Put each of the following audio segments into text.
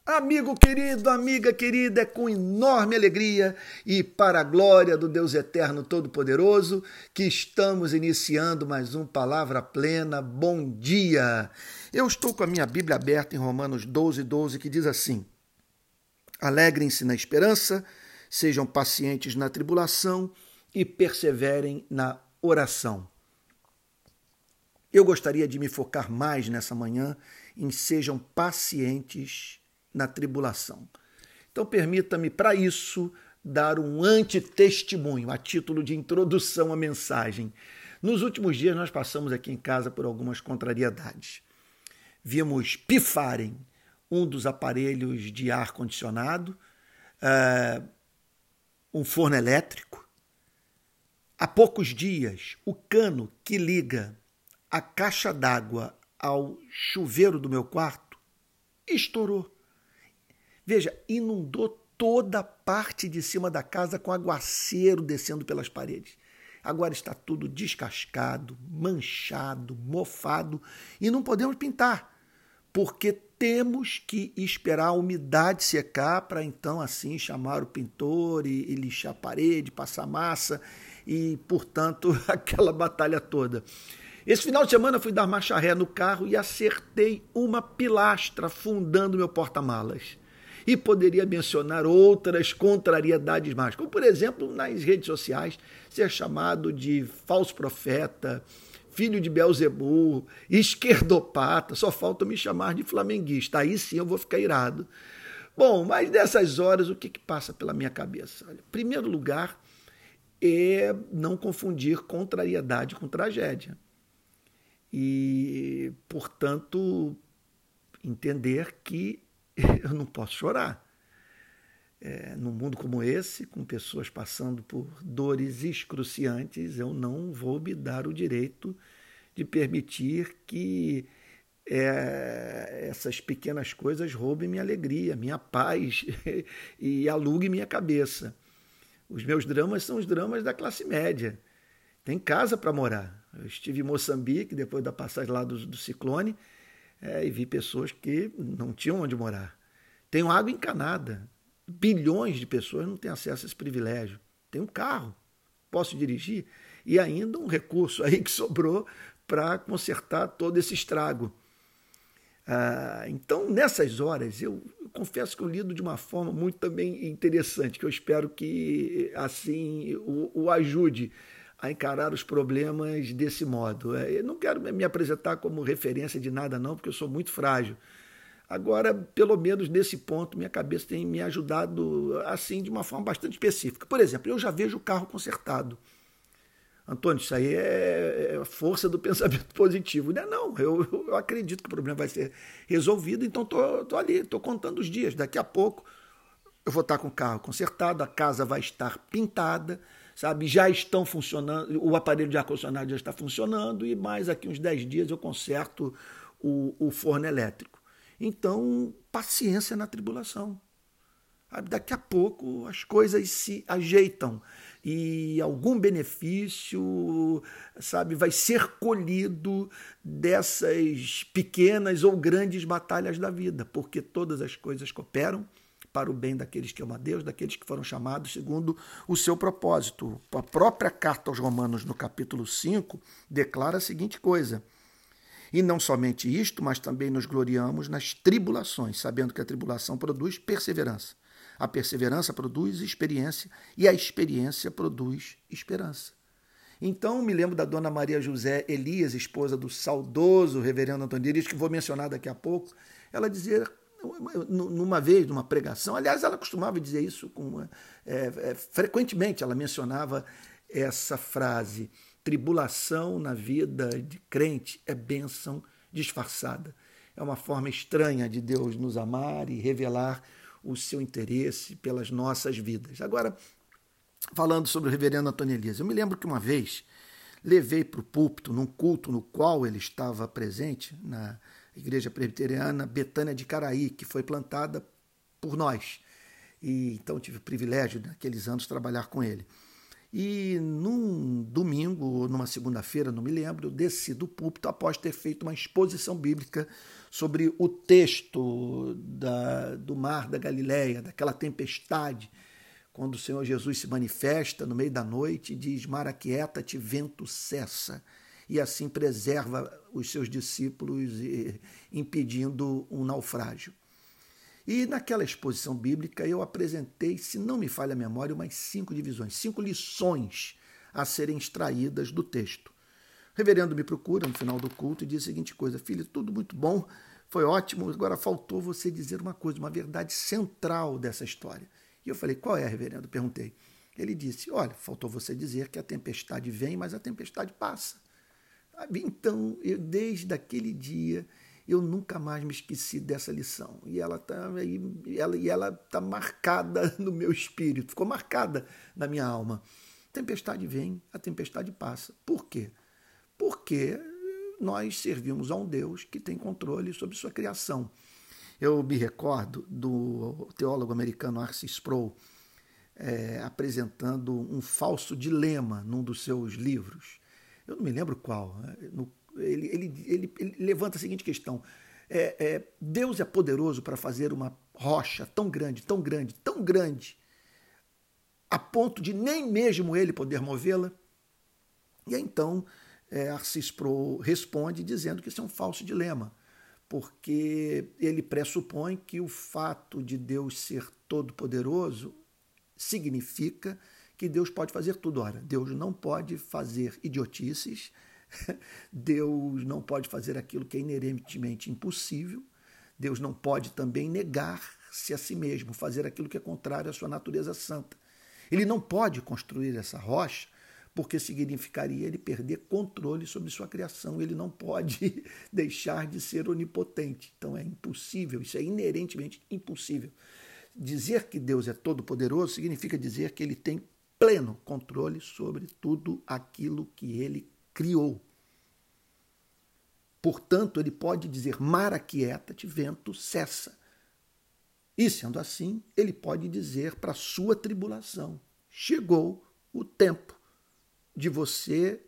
Amigo querido, amiga querida, é com enorme alegria e para a glória do Deus Eterno Todo-Poderoso que estamos iniciando mais um Palavra Plena. Bom dia! Eu estou com a minha Bíblia aberta em Romanos 12, que diz assim: Alegrem-se na esperança, sejam pacientes na tribulação e perseverem na oração. Eu gostaria de me focar mais nessa manhã em sejam pacientes na tribulação. Então, permita-me, para isso, dar um antitestemunho, a título de introdução à mensagem. Nos últimos dias, nós passamos aqui em casa por algumas contrariedades. Vimos pifarem um dos aparelhos de ar-condicionado, um forno elétrico. Há poucos dias, o cano que liga a caixa d'água ao chuveiro do meu quarto estourou. Veja, inundou toda a parte de cima da casa com aguaceiro descendo pelas paredes. Agora está tudo descascado, manchado, mofado e não podemos pintar, porque temos que esperar a umidade secar para então assim chamar o pintor e lixar a parede, passar massa e, portanto, aquela batalha toda. Esse final de semana eu fui dar marcha ré no carro e acertei uma pilastra afundando meu porta-malas. E poderia mencionar outras contrariedades mais, como, por exemplo, nas redes sociais, ser chamado de falso profeta, filho de Beelzebul, esquerdopata, só falta me chamar de flamenguista. Aí sim eu vou ficar irado. Bom, mas nessas horas, o que passa pela minha cabeça? Olha, em primeiro lugar, é não confundir contrariedade com tragédia. E, portanto, entender que eu não posso chorar. Num mundo como esse, com pessoas passando por dores excruciantes, eu não vou me dar o direito de permitir que essas pequenas coisas roubem minha alegria, minha paz e aluguem minha cabeça. Os meus dramas são os dramas da classe média. Tem casa para morar. Eu estive em Moçambique, depois da passagem lá do ciclone, e vi pessoas que não tinham onde morar. Tenho água encanada. Bilhões de pessoas não têm acesso a esse privilégio. Tenho um carro, posso dirigir, e ainda um recurso aí que sobrou para consertar todo esse estrago. Então, nessas horas, eu confesso que eu lido de uma forma muito também interessante, que eu espero que assim o ajude a encarar os problemas desse modo. Eu não quero me apresentar como referência de nada não, porque eu sou muito frágil. Agora, pelo menos nesse ponto, minha cabeça tem me ajudado assim de uma forma bastante específica. Por exemplo, eu já vejo o carro consertado. Antônio, isso aí é a força do pensamento positivo. Não, eu acredito que o problema vai ser resolvido, então estou ali, estou contando os dias. Daqui a pouco eu vou estar com o carro consertado, a casa vai estar pintada, sabe? Já estão funcionando, o aparelho de ar-condicionado já está funcionando e mais aqui uns 10 dias eu conserto o forno elétrico. Então, paciência na tribulação. Daqui a pouco as coisas se ajeitam e algum benefício, sabe, vai ser colhido dessas pequenas ou grandes batalhas da vida, porque todas as coisas cooperam para o bem daqueles que amam a Deus, daqueles que foram chamados segundo o seu propósito. A própria carta aos Romanos, no capítulo 5, declara a seguinte coisa: E não somente isto, mas também nos gloriamos nas tribulações, sabendo que a tribulação produz perseverança. A perseverança produz experiência e a experiência produz esperança. Então, me lembro da dona Maria José Elias, esposa do saudoso reverendo Antônio Elias, que vou mencionar daqui a pouco. Ela dizia, numa vez, numa pregação, aliás, ela costumava dizer isso frequentemente, ela mencionava essa frase: tribulação na vida de crente é bênção disfarçada. É uma forma estranha de Deus nos amar e revelar o seu interesse pelas nossas vidas. Agora, falando sobre o reverendo Antônio Elias, eu me lembro que uma vez levei para o púlpito, num culto no qual ele estava presente, na Igreja Presbiteriana Betânia de Caraí, que foi plantada por nós. E então tive o privilégio, naqueles anos, de trabalhar com ele. E num domingo ou numa segunda-feira, não me lembro, eu desci do púlpito após ter feito uma exposição bíblica sobre o texto do mar da Galileia, daquela tempestade, quando o Senhor Jesus se manifesta no meio da noite e diz: mar aquieta-te, vento cessa, e assim preserva os seus discípulos, impedindo um naufrágio. E naquela exposição bíblica eu apresentei, se não me falha a memória, umas 5 divisões, 5 lições a serem extraídas do texto. O reverendo me procura no final do culto e diz a seguinte coisa: filho, tudo muito bom, foi ótimo, agora faltou você dizer uma coisa, uma verdade central dessa história. E eu falei: qual é, reverendo? Perguntei. Ele disse: olha, faltou você dizer que a tempestade vem, mas a tempestade passa. Então, desde aquele dia, eu nunca mais me esqueci dessa lição. E ela está marcada no meu espírito, ficou marcada na minha alma. A tempestade vem, a tempestade passa. Por quê? Porque nós servimos a um Deus que tem controle sobre sua criação. Eu me recordo do teólogo americano R.C. Sproul apresentando um falso dilema num dos seus livros. Eu não me lembro qual. Ele levanta a seguinte questão: Deus é poderoso para fazer uma rocha tão grande, tão grande, tão grande, a ponto de nem mesmo ele poder movê-la? E aí, então, R.C. Sproul responde dizendo que isso é um falso dilema, porque ele pressupõe que o fato de Deus ser todo-poderoso significa que Deus pode fazer tudo. Ora, Deus não pode fazer idiotices, Deus não pode fazer aquilo que é inerentemente impossível, Deus não pode também negar-se a si mesmo, fazer aquilo que é contrário à sua natureza santa. Ele não pode construir essa rocha, porque significaria ele perder controle sobre sua criação. Ele não pode deixar de ser onipotente. Então é impossível, isso é inerentemente impossível. Dizer que Deus é todo-poderoso significa dizer que ele tem pleno controle sobre tudo aquilo que ele criou. Portanto, ele pode dizer: mar aquieta-te, vento cessa. E, sendo assim, ele pode dizer para a sua tribulação: chegou o tempo de você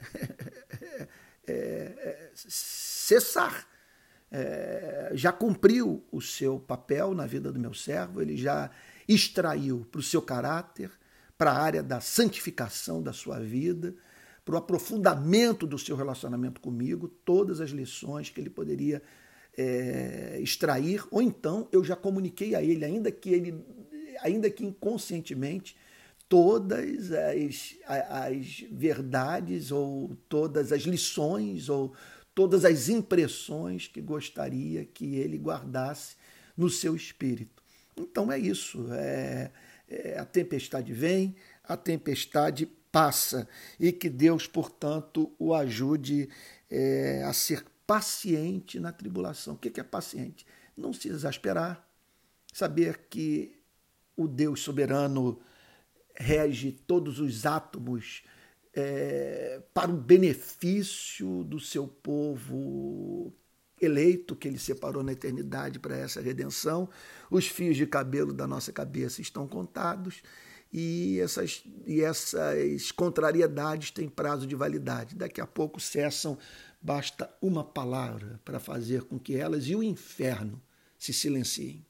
cessar. Já cumpriu o seu papel na vida do meu servo, ele já extraiu para o seu caráter, para a área da santificação da sua vida, para o aprofundamento do seu relacionamento comigo, todas as lições que ele poderia extrair, ou então eu já comuniquei a ele, ainda que inconscientemente, todas as verdades, ou todas as lições, ou todas as impressões que gostaria que ele guardasse no seu espírito. Então é isso, a tempestade vem, a tempestade passa, e que Deus, portanto, o ajude a ser paciente na tribulação. O que é paciente? Não se exasperar, saber que o Deus soberano rege todos os átomos para o benefício do seu povo eleito, que ele separou na eternidade para essa redenção. Os fios de cabelo da nossa cabeça estão contados, e essas contrariedades têm prazo de validade. Daqui a pouco cessam, basta uma palavra para fazer com que elas e o inferno se silenciem.